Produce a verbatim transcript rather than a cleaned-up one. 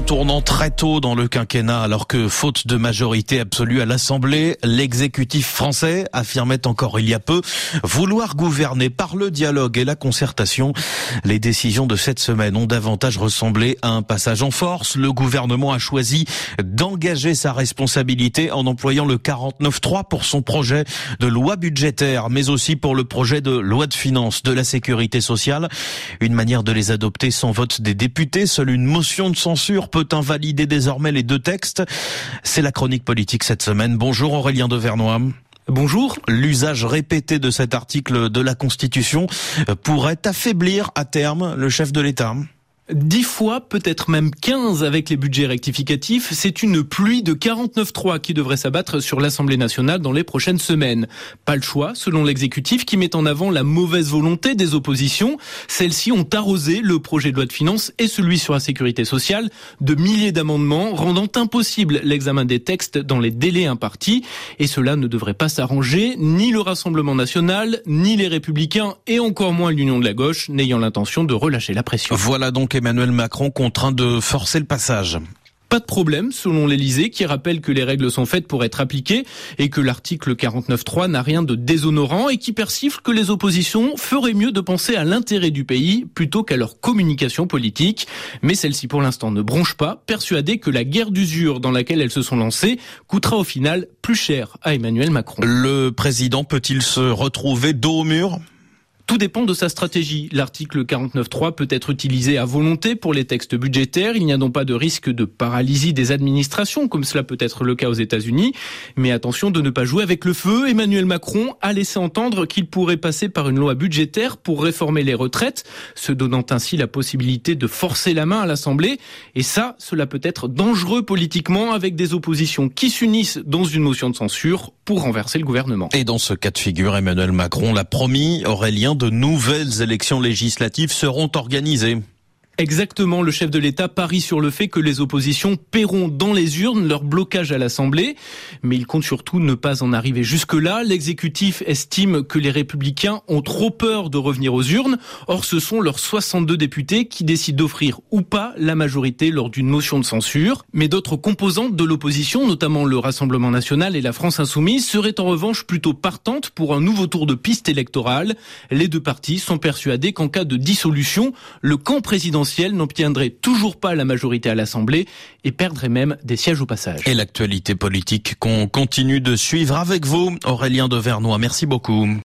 tournant très tôt dans le quinquennat, alors que, faute de majorité absolue à l'Assemblée, l'exécutif français affirmait encore il y a peu vouloir gouverner par le dialogue et la concertation. Les décisions de cette semaine ont davantage ressemblé à un passage en force. Le gouvernement a choisi d'engager sa responsabilité en employant le quarante-neuf trois pour son projet de loi budgétaire, mais aussi pour le projet de loi de finances de la sécurité sociale. Une manière de les adopter sans vote des députés. Seule une motion de censure peut invalider désormais les deux textes. C'est la chronique politique cette semaine. Bonjour Aurélien Devernois. Bonjour. L'usage répété de cet article de la Constitution pourrait affaiblir à terme le chef de l'État. Dix fois, peut-être même quinze avec les budgets rectificatifs, c'est une pluie de quarante-neuf trois qui devrait s'abattre sur l'Assemblée nationale dans les prochaines semaines. Pas le choix, selon l'exécutif qui met en avant la mauvaise volonté des oppositions. Celles-ci ont arrosé le projet de loi de finances et celui sur la sécurité sociale de milliers d'amendements, rendant impossible l'examen des textes dans les délais impartis. Et cela ne devrait pas s'arranger, ni le Rassemblement national, ni les Républicains, et encore moins l'Union de la gauche, n'ayant l'intention de relâcher la pression. Voilà donc Emmanuel Macron contraint de forcer le passage. Pas de problème, selon l'Élysée, qui rappelle que les règles sont faites pour être appliquées et que l'article quarante-neuf trois n'a rien de déshonorant et qui persifle que les oppositions feraient mieux de penser à l'intérêt du pays plutôt qu'à leur communication politique. Mais celle-ci, pour l'instant, ne bronche pas, persuadée que la guerre d'usure dans laquelle elles se sont lancées coûtera au final plus cher à Emmanuel Macron. Le président peut-il se retrouver dos au mur ? Tout dépend de sa stratégie. L'article quarante-neuf trois peut être utilisé à volonté pour les textes budgétaires. Il n'y a donc pas de risque de paralysie des administrations, comme cela peut être le cas aux États-Unis. Mais attention de ne pas jouer avec le feu. Emmanuel Macron a laissé entendre qu'il pourrait passer par une loi budgétaire pour réformer les retraites, se donnant ainsi la possibilité de forcer la main à l'Assemblée. Et ça, cela peut être dangereux politiquement avec des oppositions qui s'unissent dans une motion de censure pour renverser le gouvernement. Et dans ce cas de figure, Emmanuel Macron l'a promis, Aurélien, de nouvelles élections législatives seront organisées. Exactement, le chef de l'État parie sur le fait que les oppositions paieront dans les urnes leur blocage à l'Assemblée. Mais il compte surtout ne pas en arriver jusque-là. L'exécutif estime que les Républicains ont trop peur de revenir aux urnes. Or, ce sont leurs soixante-deux députés qui décident d'offrir ou pas la majorité lors d'une motion de censure. Mais d'autres composantes de l'opposition, notamment le Rassemblement national et la France insoumise, seraient en revanche plutôt partantes pour un nouveau tour de piste électorale. Les deux partis sont persuadés qu'en cas de dissolution, le camp présidentiel n'obtiendrait toujours pas la majorité à l'Assemblée et perdrait même des sièges au passage. Et l'actualité politique qu'on continue de suivre avec vous, Aurélien Devernois. Merci beaucoup.